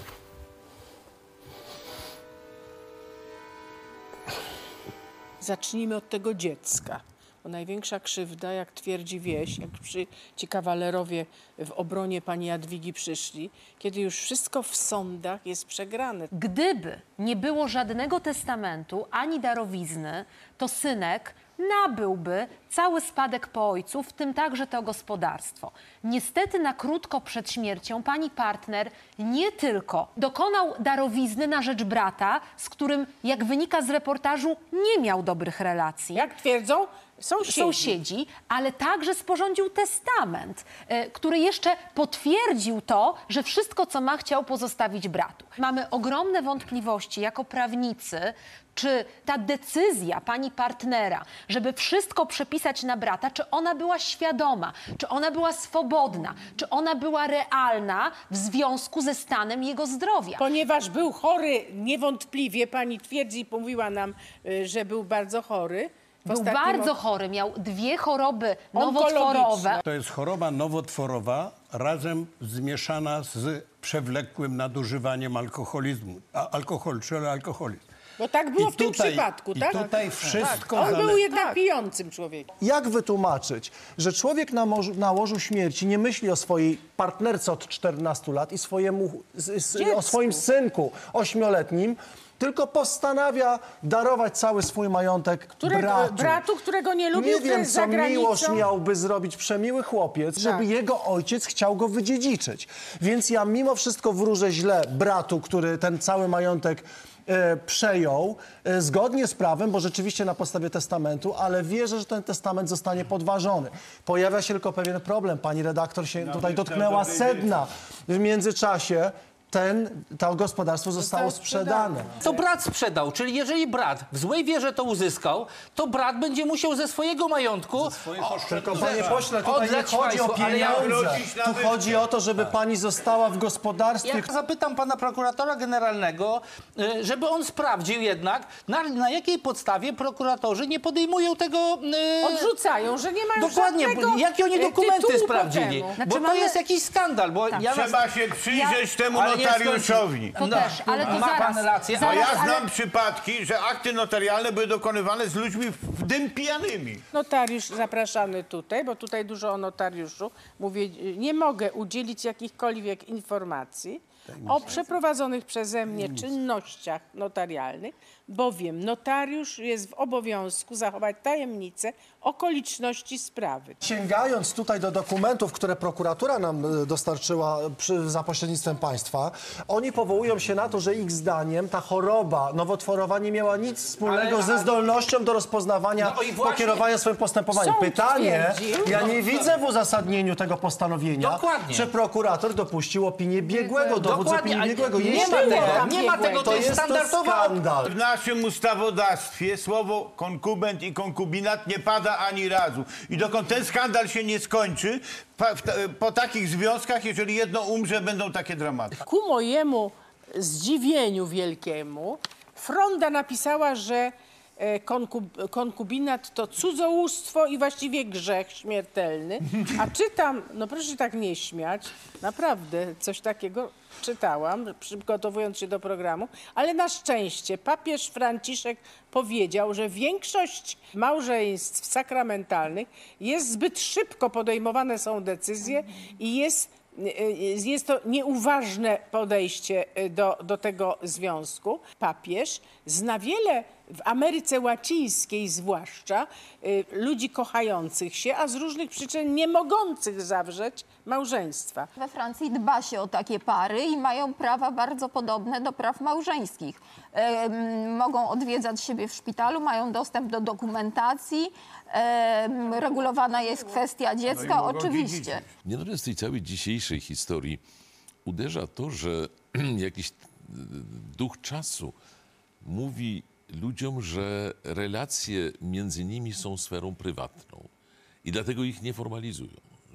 Zacznijmy od tego dziecka. Bo największa krzywda, jak twierdzi wieś, jak przy, ci kawalerowie w obronie pani Jadwigi przyszli, kiedy już wszystko w sądach jest przegrane. Gdyby nie było żadnego testamentu ani darowizny, to synek nabyłby cały spadek po ojcu, w tym także to gospodarstwo. Niestety na krótko przed śmiercią pani partner nie tylko dokonał darowizny na rzecz brata, z którym, jak wynika z reportażu, nie miał dobrych relacji. Jak twierdzą sąsiedzi. Sąsiedzi, ale także sporządził testament, y, który jeszcze potwierdził to, że wszystko, co ma, chciał pozostawić bratu. Mamy ogromne wątpliwości jako prawnicy, czy ta decyzja pani partnera, żeby wszystko przepisać na brata, czy ona była świadoma, czy ona była swobodna, czy ona była realna w związku ze stanem jego zdrowia. Ponieważ był chory, niewątpliwie, pani twierdzi i mówiła nam, y, że był bardzo chory. Był bardzo chory, miał dwie choroby nowotworowe. To jest choroba nowotworowa razem zmieszana z przewlekłym nadużywaniem alkoholizmu. A, alkohol, czyli alkoholizm. Bo tak było I w tym tutaj- przypadku, i tak? tutaj wszystko tak. On zale- był jednak Tak. pijącym człowiekiem. Jak wytłumaczyć, że człowiek na, morzu, na łożu śmierci nie myśli o swojej partnerce od czternastu lat i swojemu, z, z, o swoim synku ośmioletnim, tylko postanawia darować cały swój majątek Którego, bratu. bratu, którego nie lubił, Nie który wiem, jest co za granicą. Miłosz miałby zrobić przemiły chłopiec, żeby Tak. jego ojciec chciał go wydziedziczyć. Więc ja mimo wszystko wróżę źle bratu, który ten cały majątek e, przejął e, zgodnie z prawem, bo rzeczywiście na podstawie testamentu, ale wierzę, że ten testament zostanie podważony. Pojawia się tylko pewien problem. Pani redaktor się tutaj dotknęła sedna. W międzyczasie ten, to gospodarstwo zostało sprzedane. To brat sprzedał, czyli jeżeli brat w złej wierze to uzyskał, to brat będzie musiał ze swojego majątku... O, Tylko panie pośle, tutaj nie oddać chodzi o państwu, ale ja- pieniądze. Tu chodzi o to, żeby pani została w gospodarstwie. Ja zapytam pana prokuratora generalnego, y, żeby on sprawdził jednak, na, na jakiej podstawie prokuratorzy nie podejmują tego... y, Odrzucają, że nie mają Dokładnie, żadnego, bo jakie oni y, dokumenty tytułu sprawdzili? po temu. Bo Znaczy to mamy- jest jakiś skandal, bo ja... Trzeba się przyjrzeć Ja- temu ale nie notariuszowi. skończy- To też, ale to Ma zaraz, pan rację. zaraz, Bo ja ale- znam przypadki, że akty notarialne były dokonywane z ludźmi w dym pijanymi. Notariusz zapraszany tutaj, bo tutaj dużo o notariuszu. Mówię, nie mogę udzielić jakichkolwiek informacji o przeprowadzonych przeze mnie czynnościach notarialnych, bowiem notariusz jest w obowiązku zachować tajemnicę okoliczności sprawy. Sięgając tutaj do dokumentów, które prokuratura nam e, dostarczyła przy, za pośrednictwem państwa, oni powołują się na to, że ich zdaniem ta choroba nowotworowa nie miała nic wspólnego Ale- ze ale- zdolnością do rozpoznawania, No i właśnie- pokierowania swoim postępowaniem. Sąd Pytanie, stwierdził- ja nie No, widzę w uzasadnieniu tego postanowienia, Dokładnie. czy prokurator dopuścił opinię biegłego, dowód z Dokładnie, opinii ale biegłego. nie Jeśli ma tego, tak, nie ma tego, to jest standardowa- skandal. W naszym ustawodawstwie słowo konkubent i konkubinat nie pada ani razu. I dokąd ten skandal się nie skończy, pa, w, ta- po takich związkach, jeżeli jedno umrze, będą takie dramaty. Ku mojemu zdziwieniu wielkiemu, Fronda napisała, że e, konkub, konkubinat to cudzołóstwo i właściwie grzech śmiertelny. A czytam, no proszę się tak nie śmiać, naprawdę coś takiego czytałam, przygotowując się do programu, ale na szczęście papież Franciszek powiedział, że większość małżeństw sakramentalnych jest zbyt szybko podejmowane są decyzje i jest Jest to nieuważne podejście do, do tego związku. Papież zna wiele, w Ameryce Łacińskiej zwłaszcza, y, ludzi kochających się, a z różnych przyczyn nie mogących zawrzeć małżeństwa. We Francji dba się o takie pary i mają prawa bardzo podobne do praw małżeńskich. E, m, mogą odwiedzać siebie w szpitalu, mają dostęp do dokumentacji, e, regulowana jest kwestia dziecka, oczywiście. Nie natomiast w tej całej dzisiejszej historii uderza to, że jakiś duch czasu mówi ludziom, że relacje między nimi są sferą prywatną i dlatego ich nie formalizują.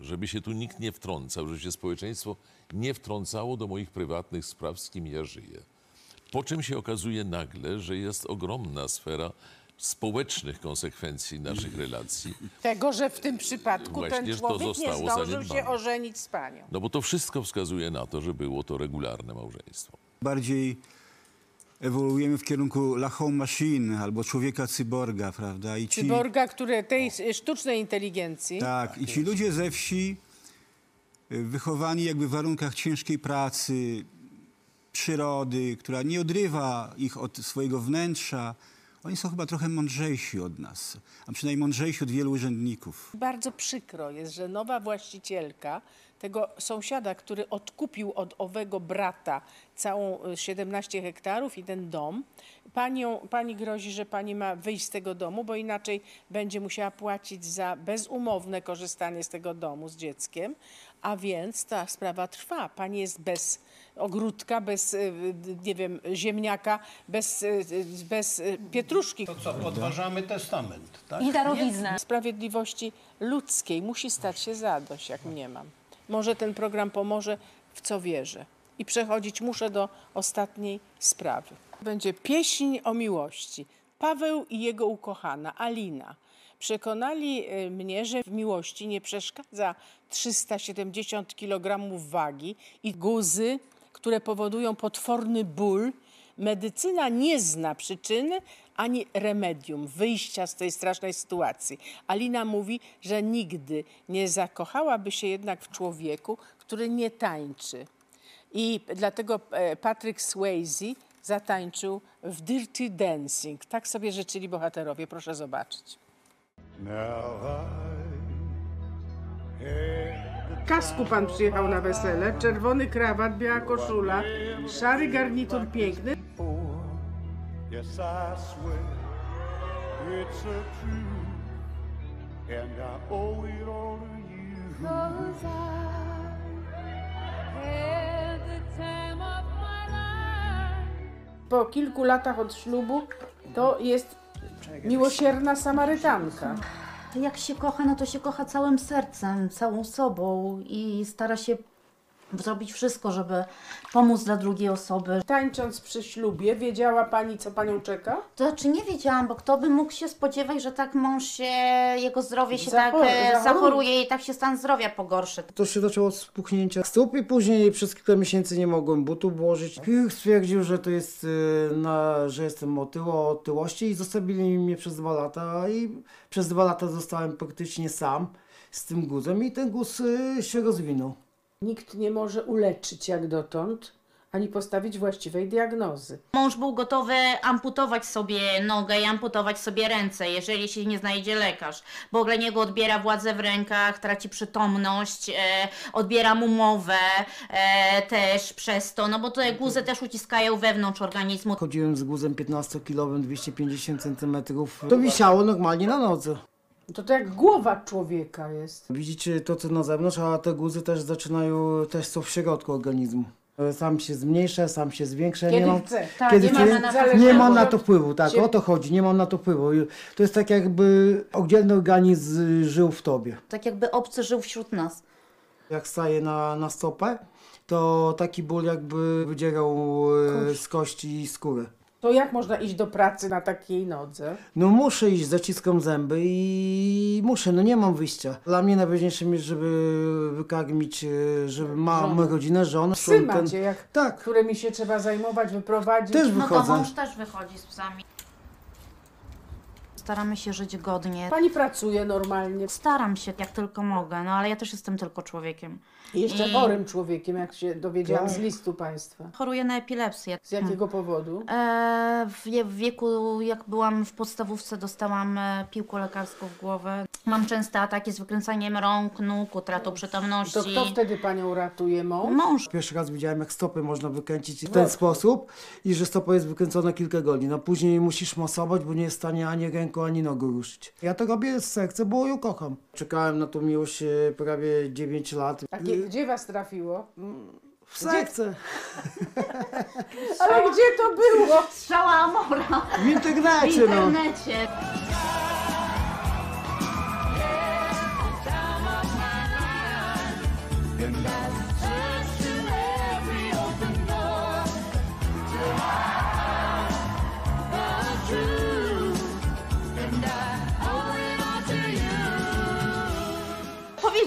żeby się tu nikt nie wtrącał, żeby się społeczeństwo nie wtrącało do moich prywatnych spraw, z kim ja żyję. Po czym się okazuje nagle, że jest ogromna sfera społecznych konsekwencji naszych relacji. Tego, że w tym przypadku Właśnie, ten że to człowiek nie zostało zdążył zaniedbane. się ożenić z panią. No bo to wszystko wskazuje na to, że było to regularne małżeństwo. Bardziej ewoluujemy w kierunku La Home Machine albo człowieka cyborga, prawda? I ci, Cyborga, które tej sztucznej inteligencji. tak, i ci ludzie ze wsi, y, wychowani jakby w warunkach ciężkiej pracy, przyrody, która nie odrywa ich od swojego wnętrza, oni są chyba trochę mądrzejsi od nas, a przynajmniej mądrzejsi od wielu urzędników. Bardzo przykro jest, że nowa właścicielka tego sąsiada, który odkupił od owego brata całą y, siedemnaście hektarów i ten dom, panią, pani grozi, że pani ma wyjść z tego domu, bo inaczej będzie musiała płacić za bezumowne korzystanie z tego domu z dzieckiem, a więc ta sprawa trwa. Pani jest bez ogródka, bez, y, nie wiem, ziemniaka, bez, y, bez y, pietruszki. To co, podważamy testament, tak? I darowiznę. Sprawiedliwości ludzkiej musi stać się zadość, jak mniemam. Może ten program pomoże, w co wierzę. I przechodzić muszę do ostatniej sprawy. Będzie pieśń o miłości. Paweł i jego ukochana, Alina, przekonali mnie, że w miłości nie przeszkadza trzysta siedemdziesiąt kilogramów wagi i guzy, które powodują potworny ból. Medycyna nie zna przyczyny ani remedium wyjścia z tej strasznej sytuacji. Alina mówi, że nigdy nie zakochałaby się jednak w człowieku, który nie tańczy. I dlatego Patrick Swayze zatańczył w Dirty Dancing. Tak sobie życzyli bohaterowie, proszę zobaczyć. W kasku pan przyjechał na wesele, czerwony krawat, biała koszula, szary garnitur piękny. Yes, I swear it's a truth, and I owe it all to you. 'Cause I had the time of my life. Po kilku latach od ślubu to jest miłosierna Samarytanka. Jak się kocha, no to się kocha całym sercem, całą sobą i stara się zrobić wszystko, żeby pomóc dla drugiej osoby. Tańcząc przy ślubie, wiedziała pani, co panią czeka? To znaczy nie wiedziałam, bo kto by mógł się spodziewać, że tak mąż się, jego zdrowie się Zachor- tak e, zachoruje. zachoruje i tak się stan zdrowia pogorszy. To się zaczęło od spuchnięcia stóp i później przez kilka miesięcy nie mogłem butów włożyć. Chirurg stwierdził, że to jest, e, na, że jestem otyło, otyłości i zostawili mnie przez dwa lata i przez dwa lata zostałem praktycznie sam z tym guzem i ten guz e, się rozwinął. Nikt nie może uleczyć jak dotąd, ani postawić właściwej diagnozy. Mąż był gotowy amputować sobie nogę i amputować sobie ręce, jeżeli się nie znajdzie lekarz, bo dla niego odbiera władzę w rękach, traci przytomność, e, odbiera mu mowę e, też przez to, no bo te guzy też uciskają wewnątrz organizmu. Chodziłem z guzem piętnastokilowym, dwieście pięćdziesiąt centymetrów. To wisiało normalnie na nodze. To to jak głowa człowieka jest. Widzicie to, co na zewnątrz, a te guzy też zaczynają, też są w środku organizmu. Sam się zmniejsza, sam się zwiększa. Kiedy nie mam, chce. Tak, kiedy nie chce, ma na to nie wpływu. mam na to wpływu, tak, Się- o to chodzi, nie mam na to wpływu. To jest tak jakby oddzielny organizm żył w tobie. Tak jakby obcy żył wśród nas. Jak staję na, na stopę, to taki ból jakby wydzierał e, z kości i skórę. To jak można iść do pracy na takiej nodze? No muszę iść, zaciskam zęby i muszę, no nie mam wyjścia. Dla mnie najważniejszym jest, żeby wykarmić, e, żeby mam Żonę. rodzinę, żonę. Psy ten- macie, jak, tak. którymi się trzeba zajmować, wyprowadzić. Też No to wychodzę. mąż też wychodzi z psami. Staramy się żyć godnie. Pani pracuje normalnie. Staram się, jak tylko mogę, no ale ja też jestem tylko człowiekiem. I jeszcze I- chorym człowiekiem, jak się dowiedziałam Tak. z listu państwa. Choruję na epilepsję. Z jakiego powodu? E, w, wie- w wieku, jak byłam w podstawówce, dostałam e, piłkę lekarską w głowę. Mam częste ataki z wykręcaniem rąk, nóg, utratą przytomności. To kto wtedy panią ratuje? Mąż? Mąż. Pierwszy raz widziałem, jak stopy można wykręcić w ten sposób i że stopa jest wykręcona kilka godzin, a później musisz masować, bo nie jest w stanie ani ręką, ani nogą ruszyć. Ja to robię z serca, bo ją kocham. Czekałem na tą miłość e, prawie dziewięć lat. A gie- gdzie was trafiło? W serce. Ale gdzie to było? Strzała Amora. W internecie, W no. internecie.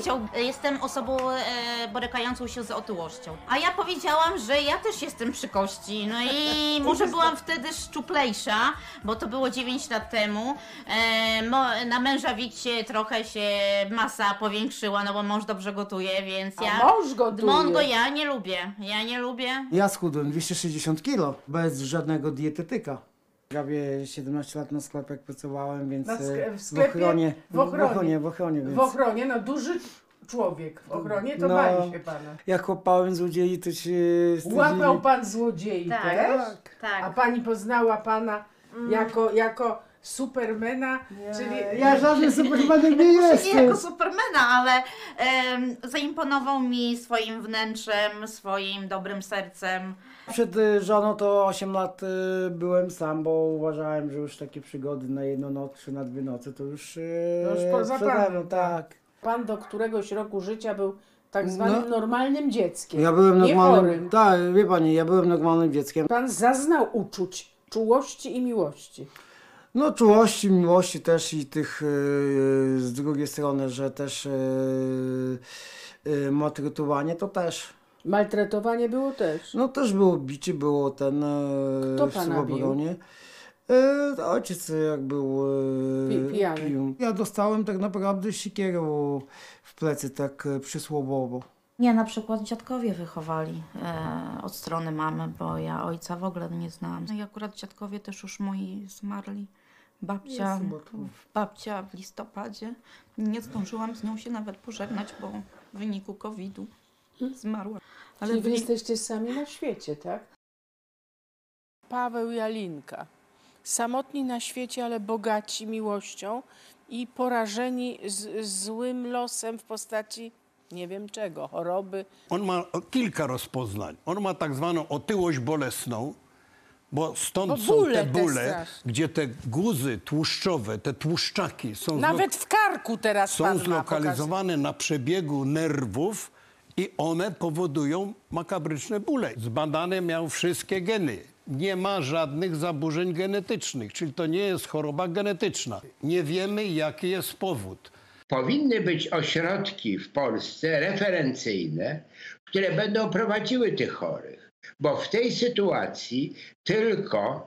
powiedział, jestem osobą e, borykającą się z otyłością. A ja powiedziałam, że ja też jestem przy kości. No i może byłam wtedy szczuplejsza, bo to było dziewięć lat temu. E, mo, na męża wicie trochę się masa powiększyła, no bo mąż dobrze gotuje, więc A ja... mąż gotuje. Mongo ja nie lubię. Ja nie lubię. Ja schudłem dwieście sześćdziesiąt kilo, bez żadnego dietetyka. Prawie siedemnaście lat na sklepach pracowałem, więc Na sk- w w sklepie? ochronie. W ochronie. W ochronie, w ochronie, więc... W ochronie, no duży człowiek w ochronie, to No, bali się pana. Jak łapałem złodziei, to się wstydzili. Łapał pan złodziei Tak, też? tak. A pani poznała pana jako, jako supermana, czyli... Ja żadnym supermanem nie Może jestem. nie jako supermana, ale em, zaimponował mi swoim wnętrzem, swoim dobrym sercem. Przed y, żoną to osiem lat y, byłem sam, bo uważałem, że już takie przygody na jedną noc czy na dwie noce to już, y, To już poza przede panem, mną, tak. Pan do któregoś roku życia był tak zwanym No. normalnym dzieckiem. Ja byłem nie normalnym, chorym. tak, wie pani, ja byłem normalnym dzieckiem. Pan zaznał uczuć, czułości i miłości. No czułości, miłości też i tych y, z drugiej strony, że też y, y, maltretowanie to też. Maltretowanie było też. No też było bicie, było ten y, Kto w pana bił? obronie. Y, ojciec jak był y, Pi- pijany. pił. Ja dostałem tak naprawdę siekierą w plecy, tak y, przysłowowo. Mnie na przykład dziadkowie wychowali e, od strony mamy, bo ja ojca w ogóle nie znałam. No i akurat dziadkowie też już moi zmarli. Babcia, Jest smutno. babcia w listopadzie. Nie zdążyłam z nią się nawet pożegnać, bo w wyniku kowida zmarła. Ale wy byli- jesteście sami na świecie, tak? Paweł i Alinka. Samotni na świecie, ale bogaci miłością i porażeni z, złym losem w postaci nie wiem czego, choroby. On ma kilka rozpoznań. On ma tak zwaną otyłość bolesną, bo stąd Bo są bóle te te bóle, straszne. gdzie te guzy tłuszczowe, te tłuszczaki są, Nawet w karku teraz są pan ma zlokalizowane na przebiegu nerwów i one powodują makabryczne bóle. Zbadane miał wszystkie geny. Nie ma żadnych zaburzeń genetycznych, czyli to nie jest choroba genetyczna. Nie wiemy, jaki jest powód. Powinny być ośrodki w Polsce referencyjne, które będą prowadziły tych chorych, bo w tej sytuacji tylko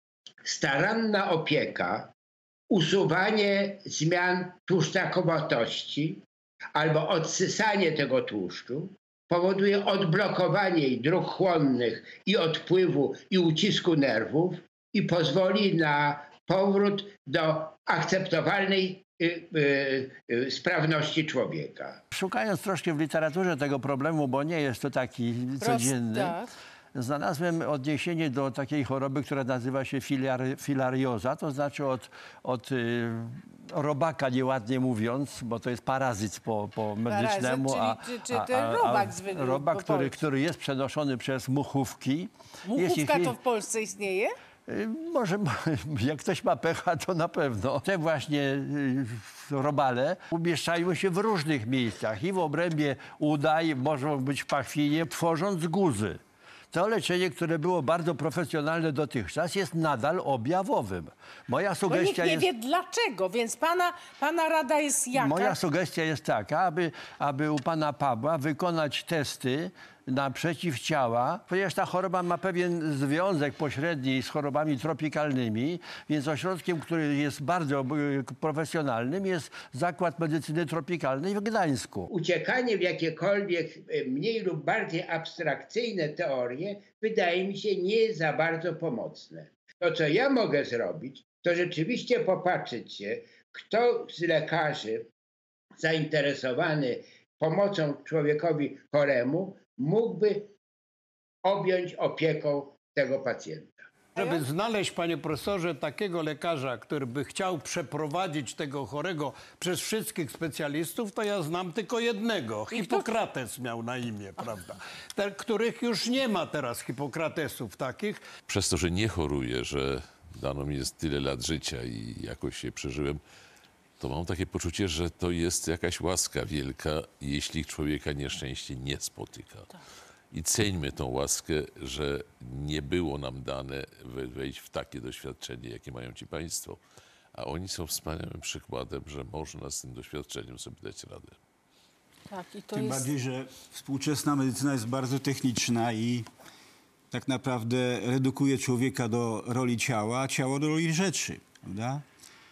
staranna opieka, usuwanie zmian tłuszczakowatości albo odsysanie tego tłuszczu powoduje odblokowanie i dróg chłonnych i odpływu i ucisku nerwów i pozwoli na powrót do akceptowalnej y, y, y, sprawności człowieka. Szukając troszkę w literaturze tego problemu, bo nie jest to taki codzienny, tak. znalazłem odniesienie do takiej choroby, która nazywa się filari filarioza, to znaczy od, od y, robaka, nieładnie mówiąc, bo to jest parazyt po, po medycznemu. Parazit, czyli- czy- czy ten robak zwykły robak, po który, polsku. który jest przenoszony przez muchówki. Muchówka Jeśli- to w Polsce istnieje? Y, Może, jak ktoś ma pecha, to na pewno. Te właśnie y, robale umieszczają się w różnych miejscach i w obrębie uda, i mogą być w pachwinie, tworząc guzy. To leczenie, które było bardzo profesjonalne dotychczas, jest nadal objawowym. Moja Bo nikt sugestia nie jest... wie dlaczego, więc pana, pana rada jest jaka? Moja sugestia jest taka, aby, aby u pana Pawła wykonać testy na przeciwciała, ponieważ ta choroba ma pewien związek pośredni z chorobami tropikalnymi, więc ośrodkiem, który jest bardzo y, profesjonalnym, jest Zakład Medycyny Tropikalnej w Gdańsku. Uciekanie w jakiekolwiek e, mniej lub bardziej abstrakcyjne teorie wydaje mi się nie za bardzo pomocne. To, co ja mogę zrobić, to rzeczywiście popatrzeć się, kto z lekarzy zainteresowany pomocą człowiekowi choremu mógłby objąć opieką tego pacjenta. Żeby znaleźć, panie profesorze, takiego lekarza, który by chciał przeprowadzić tego chorego przez wszystkich specjalistów, to ja znam tylko jednego. Hipokrates miał na imię, prawda? Te, których już nie ma teraz Hipokratesów takich. Przez to, że nie choruję, że dano mi jest tyle lat życia i jakoś się przeżyłem, to mam takie poczucie, że to jest jakaś łaska wielka, jeśli człowieka nieszczęście nie spotyka. I ceńmy tą łaskę, że nie było nam dane wejść w takie doświadczenie, jakie mają ci państwo. A oni są wspaniałym przykładem, że można z tym doświadczeniem sobie dać radę. Tak, i to Tym jest... bardziej, że współczesna medycyna jest bardzo techniczna i tak naprawdę redukuje człowieka do roli ciała, a ciało do roli rzeczy, prawda?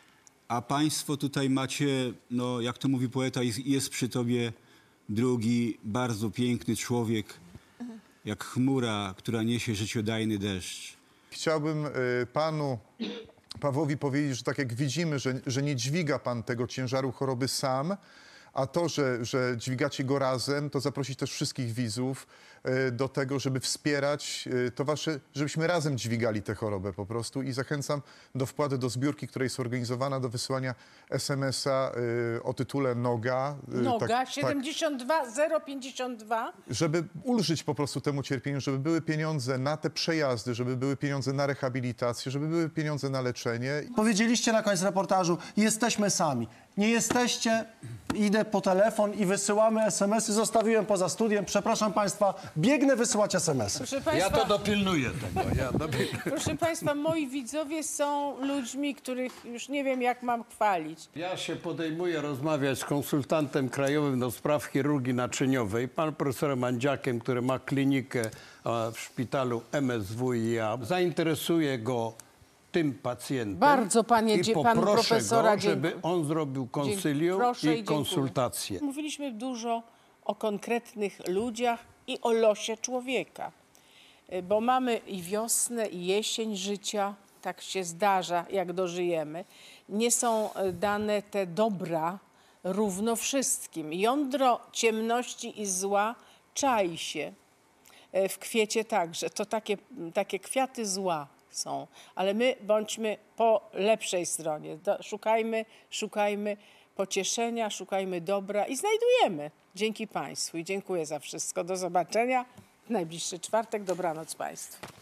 A państwo tutaj macie, no jak to mówi poeta, jest, jest przy tobie drugi bardzo piękny człowiek, jak chmura, która niesie życiodajny deszcz. Chciałbym y, panu Pawłowi powiedzieć, że tak jak widzimy, że, że nie dźwiga pan tego ciężaru choroby sam, a to, że, że dźwigacie go razem, to zaprosić też wszystkich widzów y, do tego, żeby wspierać y, to wasze, żebyśmy razem dźwigali tę chorobę po prostu i zachęcam do wpłаты do zbiórki, która jest organizowana, do wysyłania es em es a y, o tytule Noga. Y, Noga, tak, siedemdziesiąt dwa zero pięćdziesiąt dwa. żeby ulżyć po prostu temu cierpieniu, żeby były pieniądze na te przejazdy, żeby były pieniądze na rehabilitację, żeby były pieniądze na leczenie. Powiedzieliście na koniec reportażu, jesteśmy sami. Nie jesteście, idę po telefon i wysyłamy es em esy. Zostawiłem poza studiem. Przepraszam państwa, biegnę wysyłać es em esy. Proszę państwa, Ja to dopilnuję tego. Ja dopilnuję. proszę państwa, moi widzowie są ludźmi, których już nie wiem, jak mam chwalić. Ja się podejmuję rozmawiać z konsultantem krajowym do spraw chirurgii naczyniowej, pan profesorem Andziakiem, który ma klinikę e, w szpitalu em es wu i ja. Zainteresuję go tym pacjentem. Bardzo, panie, i dzie- poproszę panu profesora go, żeby dziękuję. on zrobił konsylium Proszę i i dziękuję. konsultacje. Mówiliśmy dużo o konkretnych ludziach i o losie człowieka. Y, Bo mamy i wiosnę, i jesień życia, tak się zdarza, jak dożyjemy. Nie są y, dane te dobra równo wszystkim. Jądro ciemności i zła czai się. Y, W kwiecie także. To takie, takie kwiaty zła są. Ale my bądźmy po lepszej stronie. Do, szukajmy, szukajmy pocieszenia, szukajmy dobra i znajdujemy. Dzięki państwu i dziękuję za wszystko. Do zobaczenia w najbliższy czwartek. Dobranoc państwu.